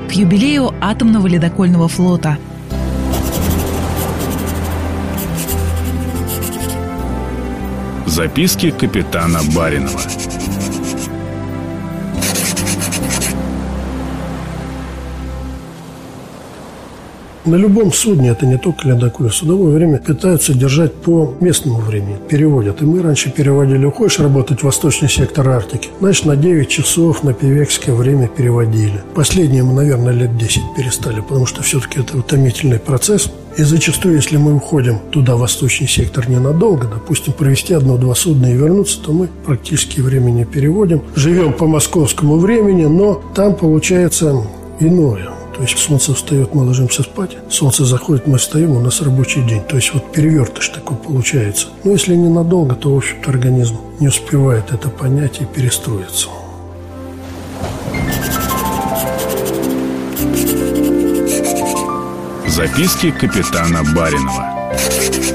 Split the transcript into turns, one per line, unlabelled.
к юбилею атомного ледокольного флота.
Записки капитана Баринова.
На любом судне, это не только ледокол, судовое время пытаются держать по местному времени, переводят. И мы раньше переводили: уходишь работать в восточный сектор Арктики, значит, на 9 часов на певекское время переводили. Последние мы, наверное, лет 10 перестали, потому что все-таки это утомительный процесс. И зачастую, если мы уходим туда, в восточный сектор, ненадолго, допустим, провести 1-2 судна и вернуться, то мы практически время не переводим. Живем по московскому времени, но там получается иное. То есть солнце встает, мы ложимся спать, солнце заходит, мы встаем, у нас рабочий день. То есть вот перевертыш такой получается. Но если ненадолго, то, в общем-то, организм не успевает это понять и перестроиться.
Записки капитана Баринова.